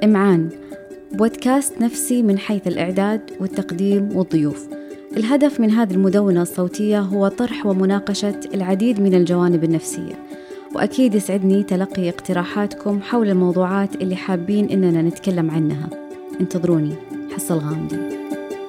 إمعان، بودكاست نفسي من حيث الإعداد والتقديم والضيوف. الهدف من هذه المدونة الصوتية هو طرح ومناقشة العديد من الجوانب النفسية، وأكيد يسعدني تلقي اقتراحاتكم حول الموضوعات اللي حابين إننا نتكلم عنها. انتظروني، حصة الغامدي.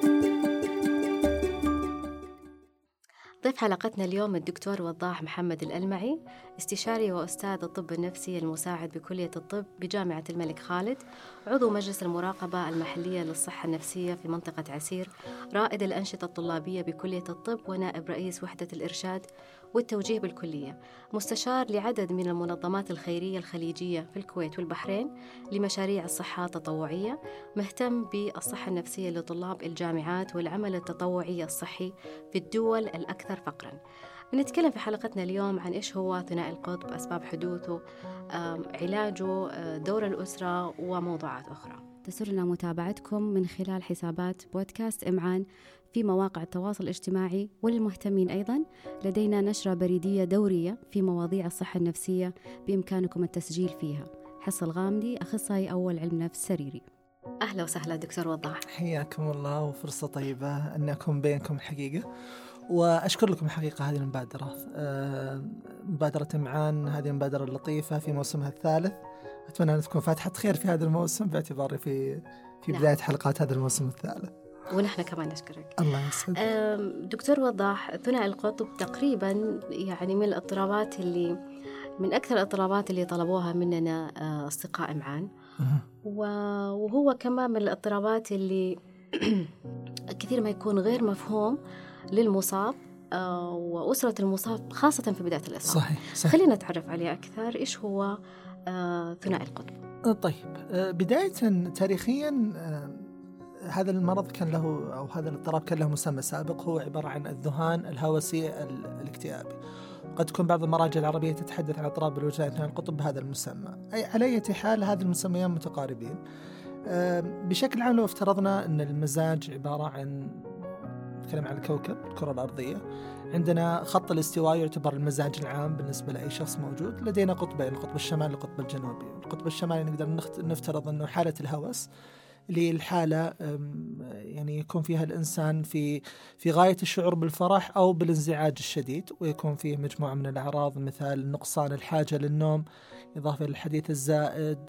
ضيف حلقتنا اليوم الدكتور وضاح محمد الألمعي، استشاري وأستاذ الطب النفسي المساعد بكلية الطب بجامعة الملك خالد، عضو مجلس المراقبة المحلية للصحة النفسية في منطقة عسير، رائد الأنشطة الطلابية بكلية الطب، ونائب رئيس وحدة الإرشاد والتوجيه بالكلية، مستشار لعدد من المنظمات الخيرية الخليجية في الكويت والبحرين لمشاريع الصحة التطوعية، مهتم بالصحة النفسية لطلاب الجامعات والعمل التطوعي الصحي في الدول الأكثر فقراً. بنتكلم في حلقتنا اليوم عن إيش هو ثنائي القطب، أسباب حدوثه، علاجه، دور الأسرة وموضوعات أخرى. تسرنا متابعتكم من خلال حسابات بودكاست إمعان في مواقع التواصل الاجتماعي، وللمهتمين أيضاً لدينا نشرة بريدية دورية في مواضيع الصحة النفسية بإمكانكم التسجيل فيها. حصة الغامدي، أخصائي أول علم نفس سريري. أهلا وسهلا دكتور وضاح. حياكم الله، وفرصة طيبة أن أكون بينكم الحقيقة، وأشكر لكم الحقيقة هذه المبادرة، مبادرة إمعان. هذه المبادرة اللطيفة في موسمها الثالث، أتمنى أن تكون فاتحة خير في هذا الموسم باعتباري في بداية حلقات هذا الموسم الثالث. ونحن كمان نشكرك. الله يسعدك. دكتور وضاح، ثنائي القطب تقريبا يعني من الاضطرابات اللي من أكثر الاضطرابات اللي طلبوها مننا أصدقاء إمعان، وهو كمان من الاضطرابات اللي كثير ما يكون غير مفهوم للمصاب وأسرة المصاب، خاصة في بداية الإصابة. صحيح. خلينا نتعرف عليه أكثر. إيش هو ثنائي القطب؟ طيب، بداية تاريخيا هذا المرض كان له، أو هذا الاضطراب كان له مسمى سابق، هو عبارة عن الذهان الهوسي الاكتئابي. قد تكون بعض المراجع العربية تتحدث عن اضطراب بالوجدان ثنائي القطب بهذا المسمى. أي على أي حال هذه المسميين متقاربين. بشكل عام لو افترضنا أن المزاج عبارة عن، نتكلم عن الكوكب الكرة الأرضية، عندنا خط الاستواء يعتبر المزاج العام بالنسبة لأي شخص موجود. لدينا قطبين، القطب الشمالي والقطب الجنوبي. القطب الشمالي نقدر نفترض أنه حالة الهوس، اللي الحالة يعني يكون فيها الإنسان في غاية الشعور بالفرح أو بالانزعاج الشديد، ويكون فيه مجموعة من الأعراض مثل نقصان الحاجة للنوم، إضافة للحديث الزائد،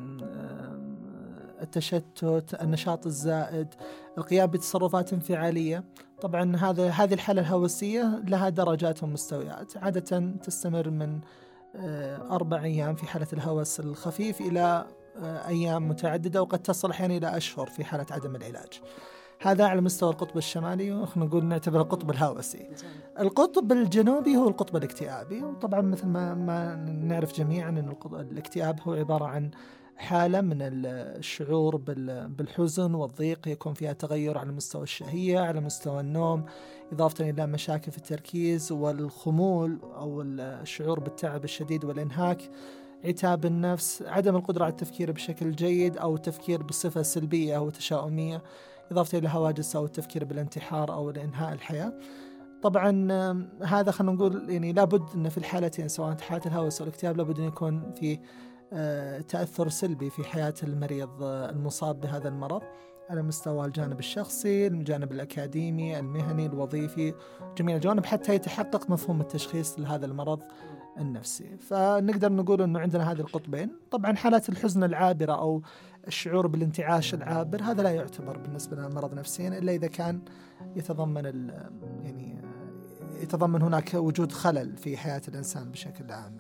التشتت، النشاط الزائد، القيام بتصرفات انفعالية. طبعا هذه الحالة الهوسية لها درجات ومستويات، عادة تستمر من 4 أيام في حالة الهوس الخفيف إلى أيام متعددة، وقد تصل أحيانا إلى أشهر في حالة عدم العلاج. هذا على مستوى القطب الشمالي، ونحن نقول نعتبر القطب الهوسي. القطب الجنوبي هو القطب الاكتئابي، وطبعا مثل ما نعرف جميعا أن الاكتئاب هو عبارة عن حالة من الشعور بالحزن والضيق، يكون فيها تغير على مستوى الشهية، على مستوى النوم، إضافة إلى مشاكل في التركيز والخمول أو الشعور بالتعب الشديد والإنهاك، عتاب النفس، عدم القدرة على التفكير بشكل جيد أو التفكير بصفة سلبية أو تشاؤمية، إضافة إلى هواجس أو التفكير بالانتحار أو الإنهاء الحياة. طبعا هذا خلينا نقول يعني لابد أن في الحالتين، سواء حالة الهوس أو الاكتئاب، لابد أن يكون في تأثر سلبي في حياة المريض المصاب بهذا المرض على مستوى الجانب الشخصي، الجانب الأكاديمي، المهني، الوظيفي، جميع الجوانب، حتى يتحقق مفهوم التشخيص لهذا المرض النفسي. فنقدر نقول أنه عندنا هذه القطبين. طبعا حالات الحزن العابرة أو الشعور بالانتعاش العابر، هذا لا يعتبر بالنسبة لنا مرض نفسيا إلا إذا كان يتضمن هناك وجود خلل في حياة الإنسان بشكل عام.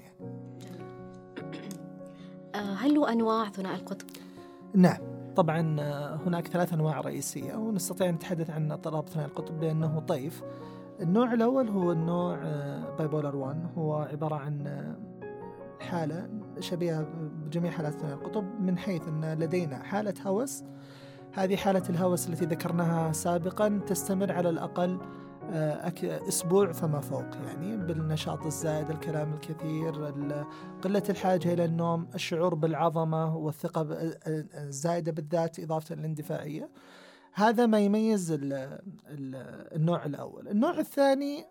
هل له أنواع ثنائي القطب؟ نعم، طبعا هناك 3 أنواع رئيسية، ونستطيع أن نتحدث عن اضطراب ثنائي القطب بأنه طيف. النوع الأول هو النوع بايبولار 1، هو عبارة عن حالة شبيهة بجميع حالات ثنائي القطب، من حيث أن لدينا حالة هوس. هذه حالة الهوس التي ذكرناها سابقا تستمر على الأقل أسبوع فما فوق، يعني بالنشاط الزائد، الكلام الكثير، قلة الحاجة إلى النوم، الشعور بالعظمة والثقة الزائدة بالذات، إضافة للاندفاعية. هذا ما يميز النوع الأول. النوع الثاني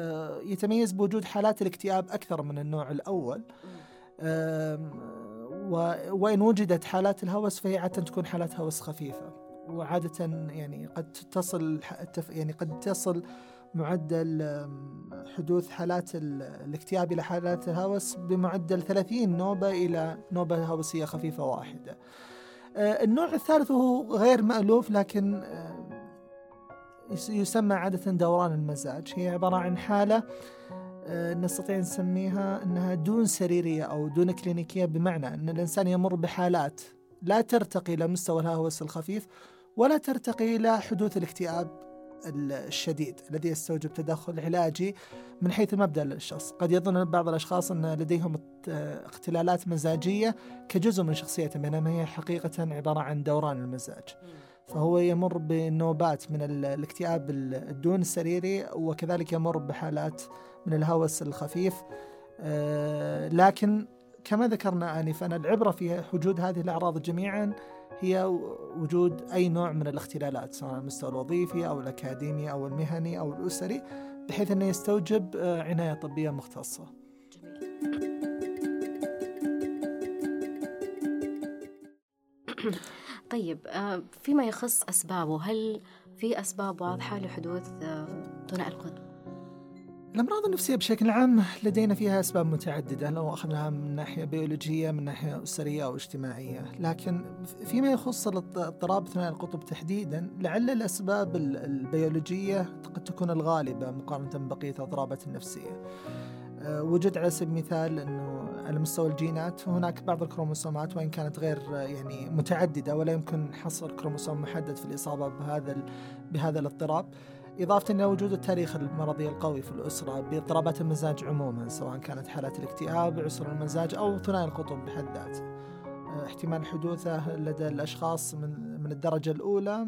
يتميز بوجود حالات الاكتئاب أكثر من النوع الأول، وإن وجدت حالات الهوس فهي عادة تكون حالات هوس خفيفة، وعادة يعني قد تصل معدل حدوث حالات الاكتئاب إلى حالات الهوس بمعدل 30 نوبة إلى نوبة هوسية خفيفة واحدة. النوع الثالث هو غير مألوف، لكن يسمى عادة دوران المزاج. هي عبارة عن حالة نستطيع نسميها أنها دون سريرية أو دون كلينيكية، بمعنى أن الإنسان يمر بحالات لا ترتقي إلى مستوى الهوس الخفيف ولا ترتقي إلى حدوث الاكتئاب الشديد الذي يستوجب تدخل علاجي من حيث المبدأ للشخص. قد يظن بعض الأشخاص أن لديهم اختلالات مزاجية كجزء من شخصيتهم، بينما هي حقيقة عبارة عن دوران المزاج. فهو يمر بنوبات من الاكتئاب الدون السريري، وكذلك يمر بحالات من الهوس الخفيف. لكن كما ذكرنا آنفاً، العبرة في وجود هذه الأعراض جميعاً هي وجود أي نوع من الاختلالات، سواء على المستوى الوظيفي أو الأكاديمي أو المهني أو الأسري، بحيث أنه يستوجب عناية طبية مختصة. طيب، فيما يخص أسبابه، هل في أسباب واضحة لحدوث ثنائي القطب؟ الأمراض النفسية بشكل عام لدينا فيها أسباب متعددة، لو أخذناها من ناحية بيولوجية، من ناحية أسرية أو اجتماعية. لكن فيما يخص اضطراب ثنائي القطب تحديدا، لعل الأسباب البيولوجية قد تكون الغالبة مقارنة ببقية الأضطرابات النفسية. وجد على سبيل المثال أنه على مستوى الجينات هناك بعض الكروموسومات، وإن كانت غير يعني متعددة ولا يمكن حصر كروموسوم محدد في الإصابة بهذا الاضطراب، إضافة إلى وجود التاريخ المرضي القوي في الأسرة باضطرابات المزاج عموما، سواء كانت حالات الاكتئاب، عسر المزاج، أو ثنائي القطب بحد ذاته. احتمال حدوثه لدى الأشخاص من الدرجة الأولى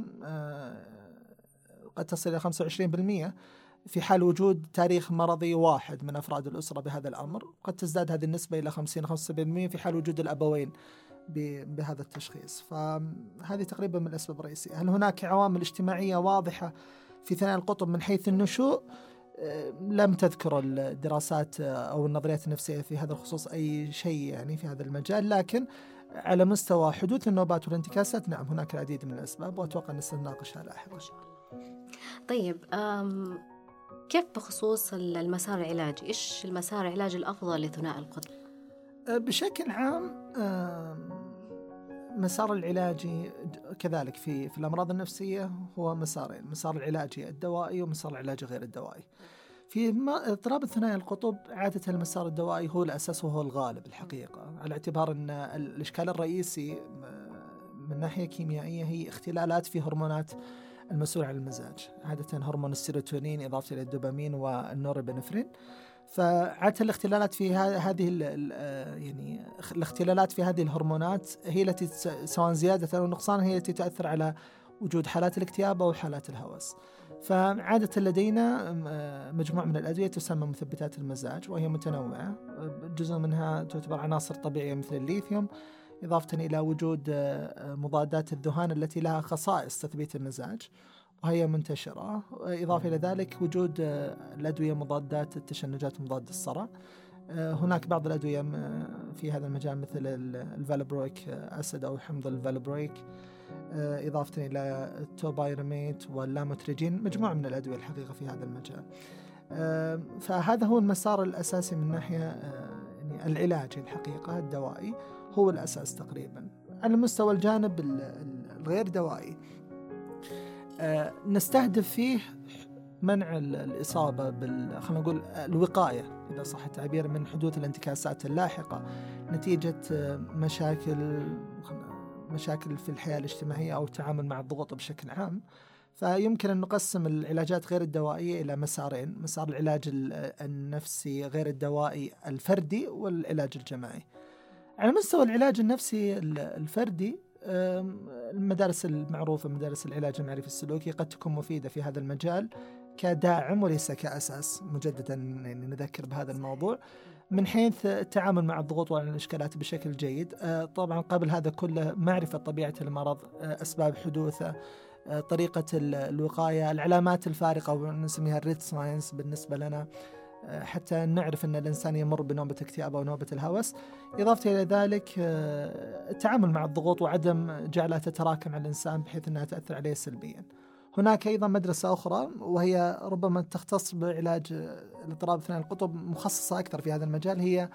قد تصل إلى 25% في حال وجود تاريخ مرضي واحد من أفراد الأسرة بهذا الأمر. قد تزداد هذه النسبة إلى 50-55% في حال وجود الأبوين بهذا التشخيص. فهذه تقريبا من الأسباب الرئيسية. هل هناك عوامل اجتماعية واضحة في ثنائي القطب من حيث النشوء؟ لم تذكر الدراسات أو النظريات النفسية في هذا الخصوص أي شيء يعني في هذا المجال، لكن على مستوى حدوث النوبات والانتكاسات نعم هناك العديد من الأسباب، وأتوقع أن سنناقشها لاحقا. طيب، كيف بخصوص المسار العلاجي؟ إيش المسار العلاجي الأفضل لثنائي القطب؟ بشكل عام مسار العلاجي كذلك في الأمراض النفسية هو مسارين: مسار العلاجي الدوائي ومسار العلاجي غير الدوائي. في اضطراب الثنائي القطب عادة المسار الدوائي هو الأساس وهو الغالب الحقيقة، على اعتبار أن الإشكال الرئيسي من ناحية كيميائية هي اختلالات في هرمونات المسؤول عن المزاج، عادة هرمون السيروتونين إضافة إلى الدوبامين والنورابينفرين. فعادة الاختلالات في هذه يعني الاختلالات في هذه الهرمونات هي التي سواء زيادة أو نقصان هي التي تؤثر على وجود حالات الاكتئاب أو حالات الهوس. فعادة لدينا مجموعة من الأدوية تسمى مثبتات المزاج، وهي متنوعة، جزء منها تعتبر عناصر طبيعية مثل الليثيوم، إضافة إلى وجود مضادات الذهان التي لها خصائص تثبيت المزاج وهي منتشرة. إضافة إلى ذلك وجود الأدوية مضادات التشنجات ومضاد الصرع. هناك بعض الأدوية في هذا المجال مثل الفالبرويك أسيد أو حمض الفالبرويك، إضافة إلى التوبايراميت واللاموتريجين، مجموعة من الأدوية الحقيقة في هذا المجال. فهذا هو المسار الأساسي من ناحية يعني العلاج الحقيقة الدوائي هو الأساس تقريبا. على مستوى الجانب الغير دوائي نستهدف فيه منع الإصابة خلينا نقول الوقاية إذا صح التعبير من حدوث الانتكاسات اللاحقة نتيجة مشاكل في الحياة الاجتماعية أو التعامل مع الضغوط بشكل عام. فيمكن أن نقسم العلاجات غير الدوائية إلى مسارين: مسار العلاج النفسي غير الدوائي الفردي والعلاج الجماعي. على مستوى العلاج النفسي الفردي المدارس المعروفة مدارس العلاج المعرفي السلوكي قد تكون مفيدة في هذا المجال كداعم وليس كأساس. مجددا يعني نذكر بهذا الموضوع من حيث التعامل مع الضغوط والإشكالات بشكل جيد. طبعا قبل هذا كله معرفة طبيعة المرض، أسباب حدوثه، طريقة الوقاية، العلامات الفارقة ونسميها الريد ساينس بالنسبة لنا، حتى نعرف أن الإنسان يمر بنوبة اكتئاب أو نوبة الهوس. إضافة إلى ذلك التعامل مع الضغوط وعدم جعلها تتراكم على الإنسان بحيث أنها تأثر عليه سلبيا. هناك أيضا مدرسة أخرى وهي ربما تختص بعلاج الاضطراب الثنائي القطب، مخصصة أكثر في هذا المجال، هي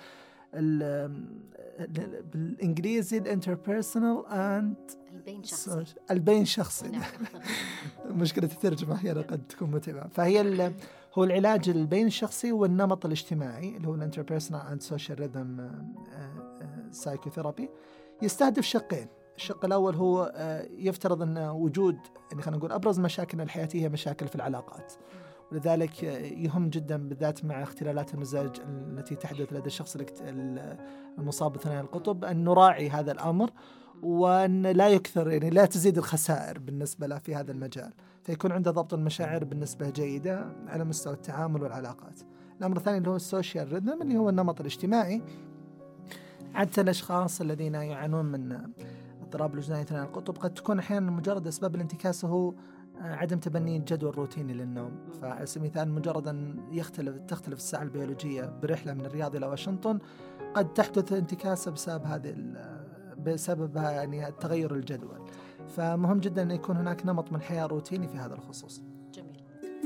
بالإنجليزي الانتربيرسونال البين شخصي. مشكلة الترجمة أحيانا قد تكون متعبة. فهي هو العلاج البين الشخصي والنمط الاجتماعي اللي هو الانتربيرسونال اند سوشيال ريذم سايكوثيرابي. يستهدف شقين. الشق الأول هو يفترض أن وجود يعني خلينا نقول أبرز مشاكل الحياتية هي مشاكل في العلاقات، ولذلك يهم جدا بالذات مع اختلالات المزاج التي تحدث لدى الشخص المصاب بثنائي القطب أن نراعي هذا الأمر، وأن لا يكثر يعني لا تزيد الخسائر بالنسبة له في هذا المجال، فيكون عنده ضبط المشاعر بالنسبة جيدة على مستوى التعامل والعلاقات. الأمر الثاني اللي هو السوشيال ريذم اللي هو النمط الاجتماعي. عادة الأشخاص الذين يعانون من اضطراب الثنائي القطب قد تكون أحيانا مجرد أسباب الانتكاسة هو عدم تبني جدول روتيني للنوم. فعلى سبيل المثال مجرد أن تختلف الساعة البيولوجية برحلة من الرياض إلى واشنطن قد تحدث انتكاسة بسبب يعني تغير الجدول. فمهم جدا أن يكون هناك نمط من الحياة روتيني في هذا الخصوص. جميل.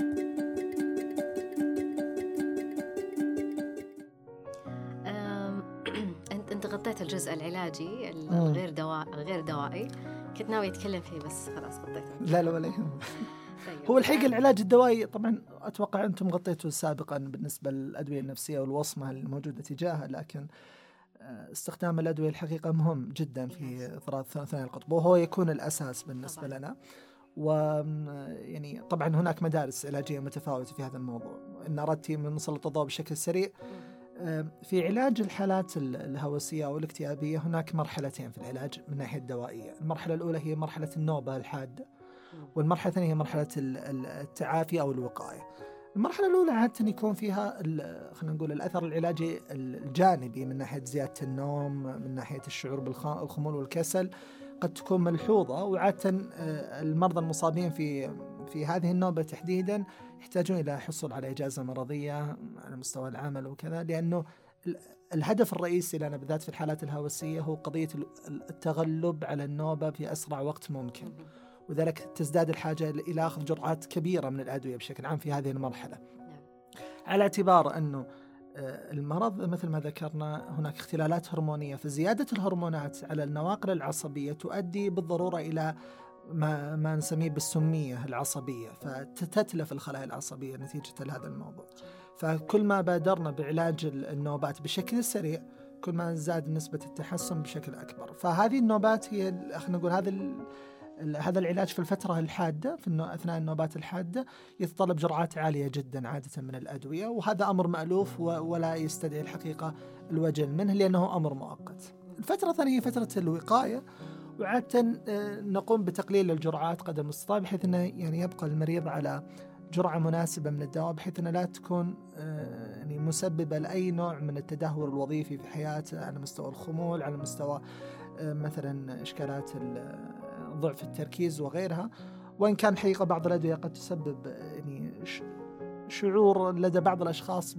أنت غطيت الجزء العلاجي غير دوائي، كنت ناوي أتكلم فيه بس خلاص غطيته. لا ولا يهمك. هو الحقيقة العلاج الدوائي طبعا أتوقع أنتم غطيتوا سابقا بالنسبة للأدوية النفسية والوصمة الموجودة تجاهها، لكن استخدام الأدوية الحقيقة مهم جدا في اضطراب ثنائي القطب، وهو يكون الأساس بالنسبة لنا. ويعني طبعا هناك مدارس علاجية متفاوتة في هذا الموضوع. إن أردت من نسلط الضوء بشكل سريع في علاج الحالات الهوسية أو الاكتئابية هناك مرحلتين في العلاج من ناحية الدوائية. المرحلة الأولى هي مرحلة النوبة الحادة، والمرحلة الثانية هي مرحلة التعافي أو الوقاية. المرحلة الأولى عادة يكون فيها خلينا نقول الأثر العلاجي الجانبي من ناحية زيادة النوم، من ناحية الشعور بالخمول والكسل قد تكون ملحوظة، وعادة المرضى المصابين في هذه النوبة تحديدا يحتاجون إلى حصول على إجازة مرضية على مستوى العمل وكذا، لأنه الهدف الرئيسي لنا بالذات في الحالات الهوسية هو قضية التغلب على النوبة في أسرع وقت ممكن، وذلك تزداد الحاجة إلى أخذ جرعات كبيرة من الأدوية بشكل عام في هذه المرحلة، على اعتبار أنه المرض مثل ما ذكرنا هناك اختلالات هرمونية، فزيادة الهرمونات على النواقل العصبية تؤدي بالضرورة إلى ما نسميه بالسمية العصبية، فتتلف الخلايا العصبية نتيجة لهذا الموضوع. فكل ما بادرنا بعلاج النوبات بشكل سريع كل ما زاد نسبة التحسن بشكل أكبر. فهذه النوبات هي خلينا نقول هذا العلاج في الفترة الحادة أثناء النوبات الحادة يتطلب جرعات عالية جدا عادة من الأدوية، وهذا أمر مألوف ولا يستدعي الحقيقة الوجل منه لأنه أمر مؤقت. الفترة الثانية هي فترة الوقاية، وعادة نقوم بتقليل الجرعات قدر المستطاع بحيث أنه يعني يبقى المريض على جرعة مناسبة من الدواء بحيث أنها لا تكون يعني مسببة لأي نوع من التدهور الوظيفي في حياته على مستوى الخمول، على مستوى مثلا إشكالات ضعف التركيز وغيرها. وإن كان حقيقة بعض الأدوية قد تسبب يعني شعور لدى بعض الأشخاص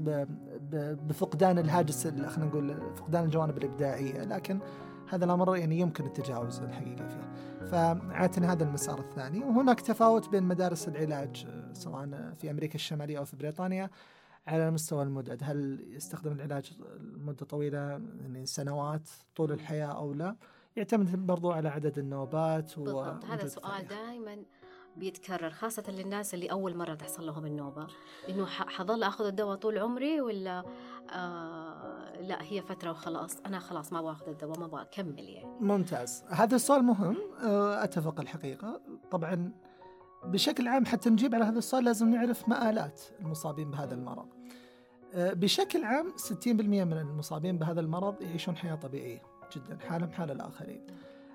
بفقدان الهاجس، خلينا نقول فقدان الجوانب الإبداعية، لكن هذا الأمر يعني يمكن التجاوز الحقيقة فيه. فعادة هذا المسار الثاني. وهناك تفاوت بين مدارس العلاج سواء في أمريكا الشمالية أو في بريطانيا على مستوى المدد، هل يستخدم العلاج لمدة طويلة يعني سنوات طول الحياة أو لا، يعتمد برضو على عدد النوبات. بالضبط، هذا سؤال دائما بيتكرر خاصة للناس اللي أول مرة تحصل لهم النوبة، إنه حظل أخذ الدواء طول عمري ولا لا هي فترة وخلاص، أنا خلاص ما بأخذ الدواء ما بأكمل يعني. ممتاز، هذا السؤال مهم. أتفق الحقيقة. طبعا بشكل عام حتى نجيب على هذا السؤال لازم نعرف مآلات المصابين بهذا المرض. بشكل عام 60% من المصابين بهذا المرض يعيشون حياة طبيعية جدا حالهم حال الآخرين.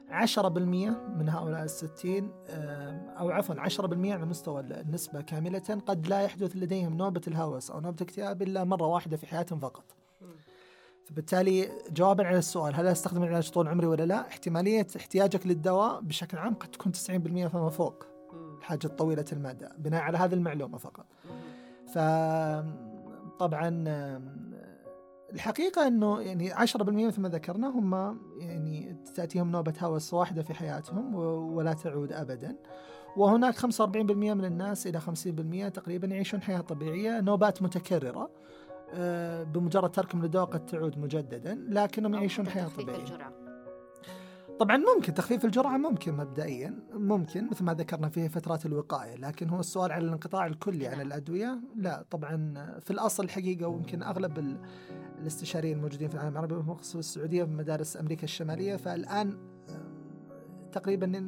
10% من هؤلاء 60 أو عفوا 10% على مستوى النسبة كاملة قد لا يحدث لديهم نوبة الهوس أو نوبة اكتئاب إلا مرة واحدة في حياتهم فقط. فبالتالي جوابا على السؤال هل أستخدم العلاج طول عمري ولا لا، احتمالية احتياجك للدواء بشكل عام قد تكون 90% فما فوق الحاجة طويلة المدى بناء على هذه المعلومة فقط. طبعا الحقيقة أنه يعني 10% مثل ما ذكرنا هم يعني تأتيهم نوبة هوس واحدة في حياتهم ولا تعود أبدا، وهناك 45% من الناس إلى 50% تقريبا يعيشون حياة طبيعية، نوبات متكررة بمجرد تركهم للدواء قد تعود مجددا، لكنهم يعيشون حياة طبيعية. طبعا ممكن تخفيف الجرعة، ممكن مبدئيا، ممكن مثل ما ذكرنا في فترات الوقاية، لكن هو السؤال على الانقطاع الكلي عن الأدوية لا. طبعا في الأصل الحقيقة، ويمكن أغلب الاستشاريين الموجودين في العالم العربي وخصوصا في السعودية في مدارس أمريكا الشمالية، فالآن تقريبا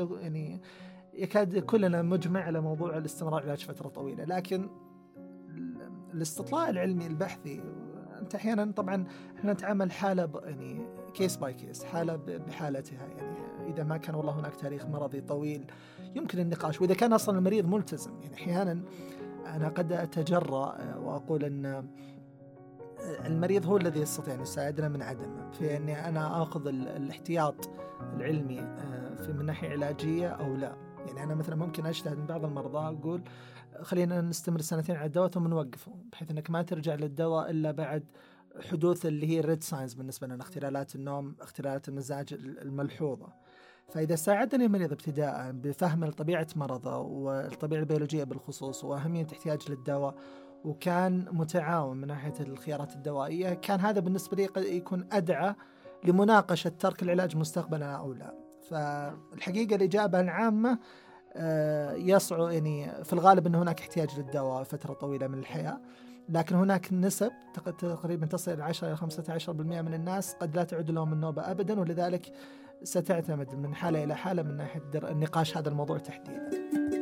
يكاد كلنا مجمع على موضوع الاستمرار علاج فترة طويلة. لكن الاستطلاع العلمي البحثي أنت أحيانا طبعا احنا نتعامل حالة يعني كيس باي كيس، حالة بحالتها، يعني إذا ما كان والله هناك تاريخ مرضي طويل يمكن النقاش، وإذا كان أصلا المريض ملتزم. يعني أحيانا أنا قد أتجرأ وأقول أن المريض هو الذي يستطيع أن يساعدنا من عدمه، في أني أنا أخذ الاحتياط العلمي في من ناحية علاجية أو لا. يعني أنا مثلا ممكن أجتهد من بعض المرضى أقول خلينا نستمر 2 على الدواء ثم نوقفه، بحيث أنك ما ترجع للدواء إلا بعد حدوث اللي هي ريد ساينز بالنسبة لنا، اختلالات النوم، اختلالات المزاج الملحوظة. فإذا ساعدني المريض ابتداء بفهم طبيعة مرضه والطبيعة البيولوجية بالخصوص وأهمية احتياج للدواء، وكان متعاون من ناحية الخيارات الدوائية، كان هذا بالنسبة لي قد يكون أدعى لمناقشة ترك العلاج مستقبلا أو لا. فالحقيقة الإجابة العامة يصعب، يعني في الغالب أن هناك احتياج للدواء فترة طويلة من الحياة، لكن هناك نسب تقريبا تصل إلى 10 إلى 15% من الناس قد لا تعود لهم النوبة أبدا، ولذلك ستعتمد من حالة إلى حالة من ناحية النقاش هذا الموضوع تحديدا.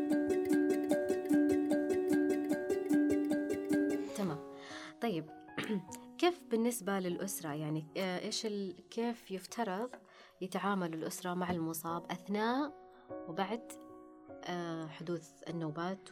تمام. طيب كيف بالنسبة للأسرة، يعني كيف يفترض يتعامل الأسرة مع المصاب أثناء وبعد حدوث النوبات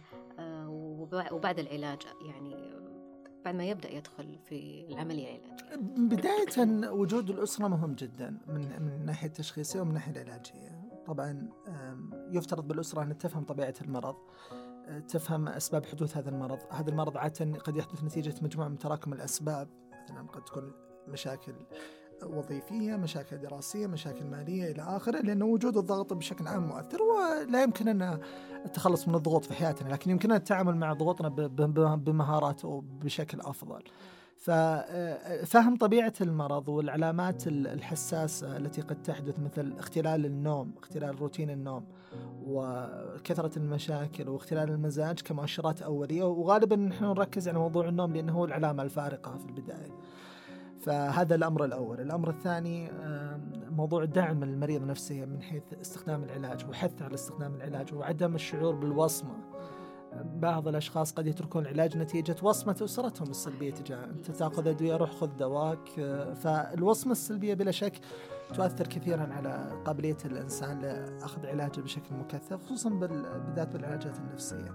وبعد العلاج، يعني بعد ما يبدأ يدخل في العملية العلاجية؟ بداية وجود الأسرة مهم جدا من ناحية تشخيصية ومن ناحية العلاجية. طبعا يفترض بالأسرة أن تفهم طبيعة المرض، تفهم أسباب حدوث هذا المرض. هذا المرض عادة قد يحدث نتيجة مجموعة من تراكم الأسباب، مثلا قد تكون مشاكل وظيفية، مشاكل دراسية، مشاكل مالية إلى آخره، لأن وجود الضغط بشكل عام مؤثر، ولا يمكن أن التخلص من الضغوط في حياتنا، لكن يمكننا التعامل مع ضغوطنا بمهارات وبشكل أفضل. ففهم طبيعة المرض والعلامات الحساسة التي قد تحدث، مثل اختلال النوم، اختلال روتين النوم، وكثرة المشاكل واختلال المزاج كمؤشرات أولية، وغالبا نحن نركز على موضوع النوم لأنه هو العلامة الفارقة في البداية. فهذا الأمر الأول. الأمر الثاني موضوع دعم المريض نفسيا من حيث استخدام العلاج وحث على استخدام العلاج وعدم الشعور بالوصمة. بعض الأشخاص قد يتركون العلاج نتيجة وصمة أسرتهم السلبية تجاه أنت تأخذ أدوية، روح خذ دواك. فالوصمة السلبية بلا شك تؤثر كثيرا على قابلية الإنسان لأخذ علاجه بشكل مكثف، خصوصا بالذات بالعلاجات النفسية.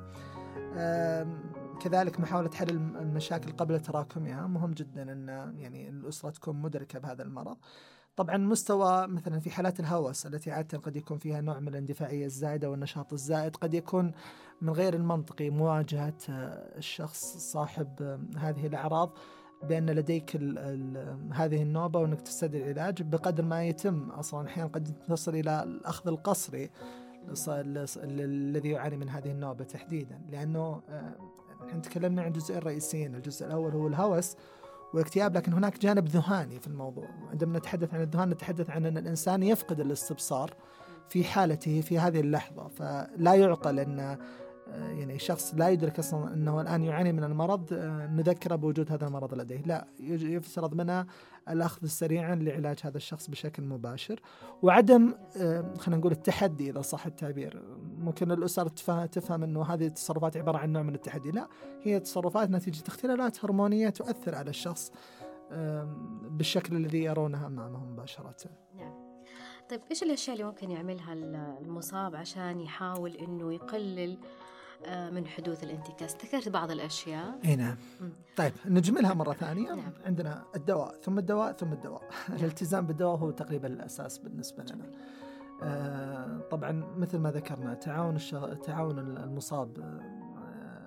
كذلك محاولة حل المشاكل قبل تراكمها مهم جدا، أن يعني الأسرة تكون مدركة بهذا المرض. طبعا مستوى مثلا في حالات الهوس التي عادة قد يكون فيها نوع من الاندفاعية الزائدة والنشاط الزائد، قد يكون من غير المنطقي مواجهة الشخص صاحب هذه الأعراض بأن لديك هذه النوبة وأنك تستدعي العلاج، بقدر ما يتم أصلا أحيانا قد تصل إلى الأخذ القسري الذي يعاني من هذه النوبة تحديدا. لأنه نحن تكلمنا عن جزئين رئيسيين، الجزء الأول هو الهوس والاكتئاب، لكن هناك جانب ذهاني في الموضوع. عندما نتحدث عن الذهان نتحدث عن أن الإنسان يفقد الاستبصار في حالته في هذه اللحظة، فلا يعقل أن يعني شخص لا يدرك أصلا أنه الآن يعاني من المرض نذكره بوجود هذا المرض لديه. لا، يفترض منه الأخذ سريعا لعلاج هذا الشخص بشكل مباشر، وعدم خلينا نقول التحدي إذا صح التعبير. ممكن الأسر تفهم أنه هذه التصرفات عبارة عن نوع من التحدي، لا، هي تصرفات نتيجة اختلالات هرمونية تؤثر على الشخص بالشكل الذي يرونها أمامهم مباشرة. نعم. طيب إيش الأشياء اللي ممكن يعملها المصاب عشان يحاول إنه يقلل من حدوث الانتكاس؟ ذكرت بعض الأشياء. اي نعم. طيب نجملها مرة ثانية. نعم. عندنا الدواء ثم الدواء ثم الدواء. الالتزام بالدواء هو تقريبا الأساس بالنسبة لنا. طبعا مثل ما ذكرنا تعاون المصاب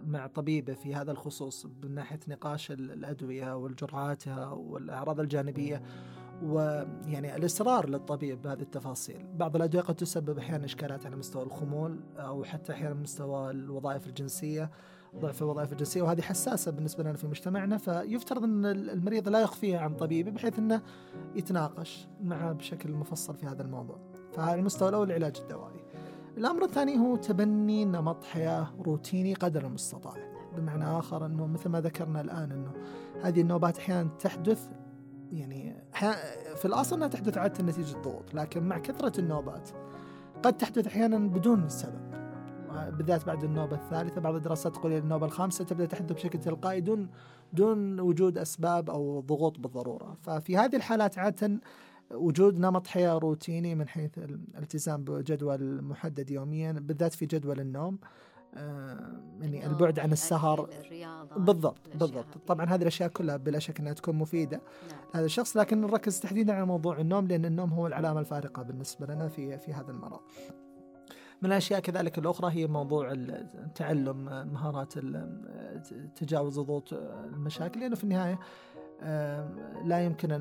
مع طبيبه في هذا الخصوص من ناحية نقاش الأدوية والجرعاتها والأعراض الجانبية، ويعني الإصرار للطبيب بهذه التفاصيل. بعض الأدوية قد تسبب أحيانا إشكالات على مستوى الخمول أو حتى أحيانا مستوى الوظائف الجنسية، ضعف الوظائف الجنسية، وهذه حساسة بالنسبة لنا في مجتمعنا، فيفترض أن المريض لا يخفيها عن طبيبه بحيث أنه يتناقش معه بشكل مفصل في هذا الموضوع. فهذا المستوى الأول العلاج الدوائي. الأمر الثاني هو تبني نمط حياة روتيني قدر المستطاع، بمعنى آخر أنه مثل ما ذكرنا الآن أنه هذه النوبات أحيانا تحدث، يعني في الأصل أنها تحدث عادة نتيجة ضغوط، لكن مع كثرة النوبات قد تحدث أحيانا بدون سبب، بالذات بعد النوبة الثالثة. بعض الدراسات تقول النوبة الخامسة تبدأ تحدث بشكل تلقائي دون وجود أسباب أو ضغوط بالضرورة. ففي هذه الحالات عادة وجود نمط حياة روتيني من حيث الالتزام بجدول محدد يوميا، بالذات في جدول النوم، يعني البعد عن السهر، بالضبط. طبعا هذه الأشياء كلها بلا شك أنها تكون مفيدة لهذا الشخص، لكن نركز تحديدا على موضوع النوم لأن النوم هو العلامة الفارقة بالنسبة لنا في هذا المرض. من الأشياء كذلك الأخرى هي موضوع تعلم مهارات تجاوز ضغوط المشاكل، لأنه في النهاية لا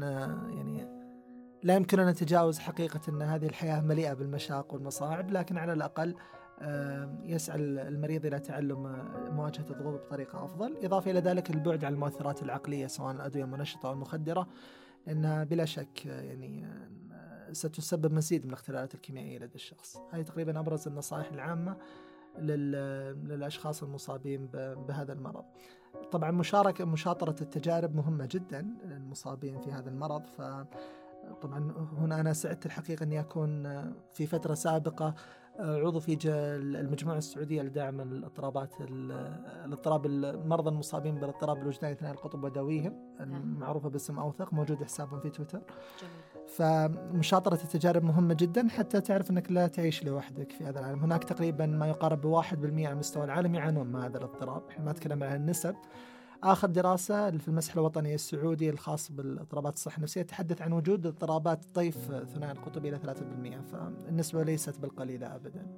يمكننا نتجاوز حقيقة أن هذه الحياة مليئة بالمشاق والمصاعب، لكن على الأقل يسعى المريض إلى تعلم مواجهة الضغوط بطريقة أفضل. إضافة إلى ذلك البعد عن المؤثرات العقلية سواء الأدوية المنشطة أو المخدرة، لأنها بلا شك يعني ستسبب مزيد من الاختلالات الكيميائية لدى الشخص. هذه تقريبا أبرز النصائح العامة للأشخاص المصابين بهذا المرض. طبعا مشاطرة التجارب مهمة جدا للمصابين في هذا المرض. طبعا هنا أنا سعدت الحقيقة أني أكون في فترة سابقة عضو في المجموعة السعودية لدعم الاضطراب المرضى المصابين بالاضطراب الوجداني اثناء القطب ودواويهم، المعروفة باسم أوثق، موجود حسابهم في تويتر. فمشاطرة التجارب مهمة جدا حتى تعرف أنك لا تعيش لوحدك في هذا العالم. هناك تقريبا ما يقارب ب1% على مستوى العالم يعانون من هذا الاضطراب. احنا ما نتكلم عن النسب. آخر دراسة في المسح الوطني السعودي الخاص بالاضطرابات الصحة النفسية تحدث عن وجود اضطرابات طيف ثنائي القطب إلى 3%، فالنسبة ليست بالقليلة أبدا.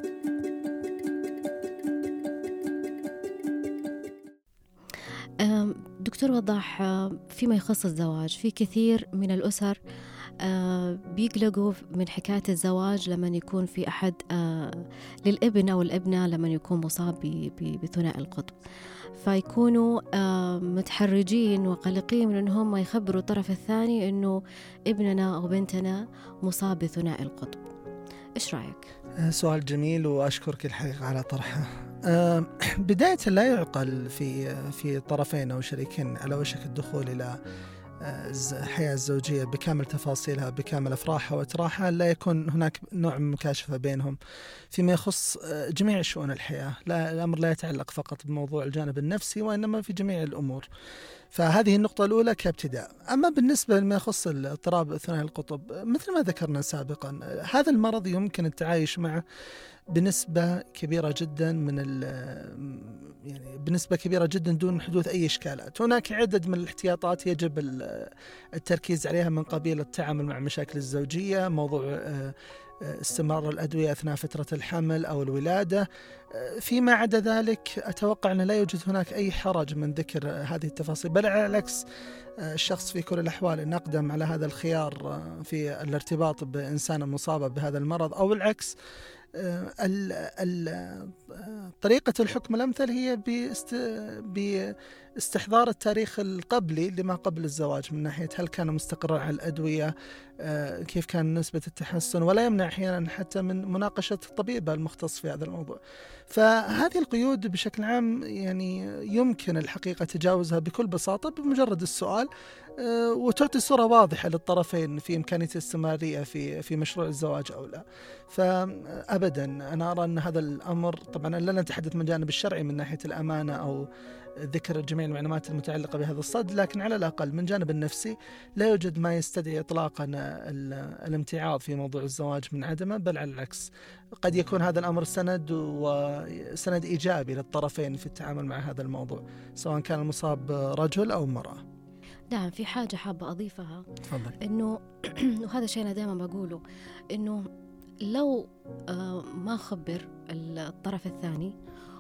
دكتور وضاح، فيما يخص الزواج في كثير من الأسر بيقلقوا من حكاية الزواج لما يكون في أحد للابن أو الابنة لما يكون مصاب بثنائي القطب، فيكونوا متحرجين وقلقين من أنهم يخبروا الطرف الثاني أنه ابننا أو بنتنا مصاب بثنائي القطب. إيش رأيك؟ سؤال جميل وأشكرك الحقيقة على طرحه. بداية لا يعقل في طرفين أو شريكين على وشك الدخول إلى الحياة الزوجية بكامل تفاصيلها بكامل أفراحها وأتراحها لا يكون هناك نوع من مكاشفة بينهم فيما يخص جميع شؤون الحياة. الأمر لا يتعلق فقط بموضوع الجانب النفسي وإنما في جميع الأمور. فهذه النقطة الأولى كابتداء. أما بالنسبة لما يخص الاضطراب ثنائي القطب، مثل ما ذكرنا سابقا هذا المرض يمكن التعايش معه بنسبة كبيرة جدا بنسبة كبيرة جدا دون حدوث أي إشكالات. هناك عدد من الاحتياطات يجب التركيز عليها من قبيل التعامل مع مشاكل الزوجية، موضوع استمرار الأدوية أثناء فترة الحمل أو الولادة. فيما عدا ذلك أتوقع أن لا يوجد هناك أي حرج من ذكر هذه التفاصيل، بل على العكس الشخص في كل الأحوال إن أقدم على هذا الخيار في الارتباط بإنسان مصابة بهذا المرض أو العكس. طريقة الحكم الأمثل هي باستحضار التاريخ القبلي لما قبل الزواج من ناحية هل كان مستقرا على الأدوية، كيف كان نسبة التحسن، ولا يمنع أحيانا حتى من مناقشة الطبيب المختص في هذا الموضوع. فهذه القيود بشكل عام يعني يمكن الحقيقة تجاوزها بكل بساطة بمجرد السؤال، وتعطي صورة واضحة للطرفين في إمكانية الاستمرارية في مشروع الزواج أو لا. فأبدا أنا أرى أن هذا الأمر طبعا لا نتحدث من الجانب الشرعي من ناحية الأمانة أو ذكر جميع المعلومات المتعلقة بهذا الصد، لكن على الأقل من جانب النفسي لا يوجد ما يستدعي إطلاقا الامتعاض في موضوع الزواج من عدمه، بل على العكس قد يكون هذا الأمر سند إيجابي للطرفين في التعامل مع هذا الموضوع سواء كان المصاب رجل أو امرأة. نعم، في حاجة حابة أضيفها. تفضل. إنه وهذا شيء أنا دائما بقوله، إنه لو ما خبر الطرف الثاني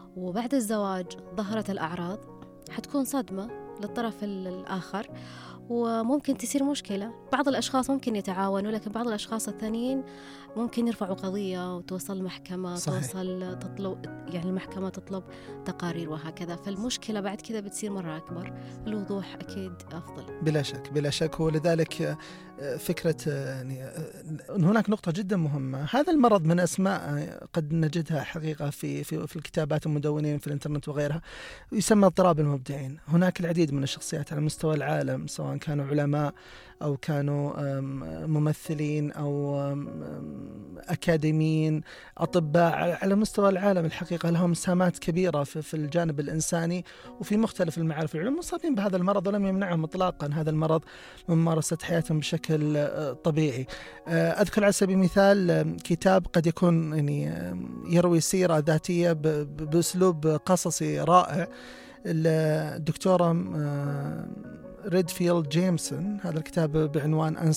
وبعد الزواج ظهرت الأعراض حتكون صدمة للطرف الآخر، وممكن تصير مشكلة. بعض الأشخاص ممكن يتعاونوا، لكن بعض الأشخاص الثانيين ممكن يرفعوا قضية وتوصل المحكمة. صحيح. توصل تطلب، يعني المحكمة تطلب تقارير وهكذا. فالمشكلة بعد كذا بتصير مرة أكبر. الوضوح أكيد أفضل. بلا شك بلا شك. ولذلك فكرة يعني هناك نقطة جدا مهمة. هذا المرض من أسماء قد نجدها حقيقة في الكتابات المدونين في الإنترنت وغيرها، يسمى اضطراب المبدعين. هناك العديد من الشخصيات على مستوى العالم، سواء كانوا علماء أو كانوا ممثلين أو أكاديميين، أطباء على مستوى العالم الحقيقة لهم مساهمات كبيرة في الجانب الإنساني وفي مختلف المعارف والعلوم، مصابين بهذا المرض ولم يمنعهم إطلاقا هذا المرض من ممارسة حياتهم بشكل طبيعي. أذكر على سبيل المثال كتاب قد يكون يعني يروي سيرة ذاتية بأسلوب قصصي رائع، الدكتورة ريدفيلد جيمسون. هذا الكتاب بعنوان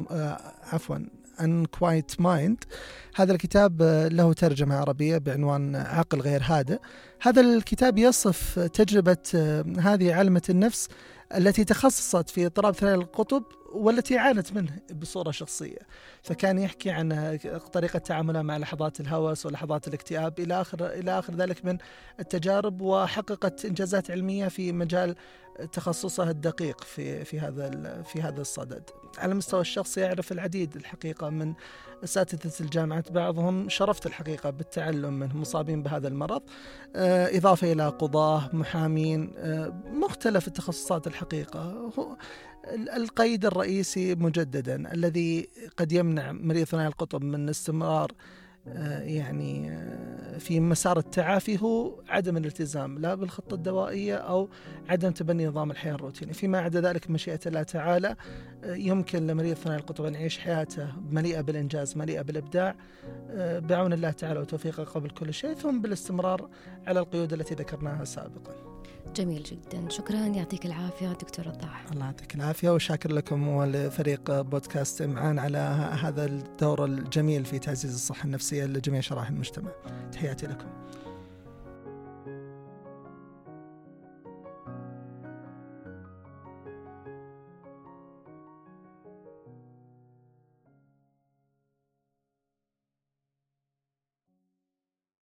Unquiet Mind. هذا الكتاب له ترجمة عربية بعنوان عقل غير هادئ. هذا الكتاب يصف تجربة هذه عالمة النفس التي تخصصت في اضطراب ثنائي القطب والتي عانت منه بصورة شخصية. فكان يحكي عن طريقة تعاملها مع لحظات الهوس ولحظات الاكتئاب إلى آخر ذلك من التجارب، وحققت إنجازات علمية في مجال تخصصها الدقيق في هذا الصدد. على المستوى الشخصي يعرف العديد الحقيقة من أساتذة الجامعات، بعضهم شرفت الحقيقة بالتعلم منهم مصابين بهذا المرض، إضافة إلى قضاة، محامين، مختلف التخصصات الحقيقة. القيد الرئيسي مجددا الذي قد يمنع مريض ثنائي القطب من استمرار يعني في مسار التعافي هو عدم الالتزام لا بالخطة الدوائية أو عدم تبني نظام الحياة الروتيني. فيما عدا ذلك مشيئة الله تعالى يمكن لمريض ثنائي القطب أن يعيش حياته مليئة بالإنجاز، مليئة بالإبداع بعون الله تعالى وتوفيقه قبل كل شيء، ثم بالاستمرار على القيود التي ذكرناها سابقا. جميل جدا، شكرا، يعطيك العافية دكتور وضاح. الله يعطيك العافية، وشاكر لكم ولفريق بودكاست معان على هذا الدور الجميل في تعزيز الصحة النفسية لجميع شرائح المجتمع. تحياتي لكم.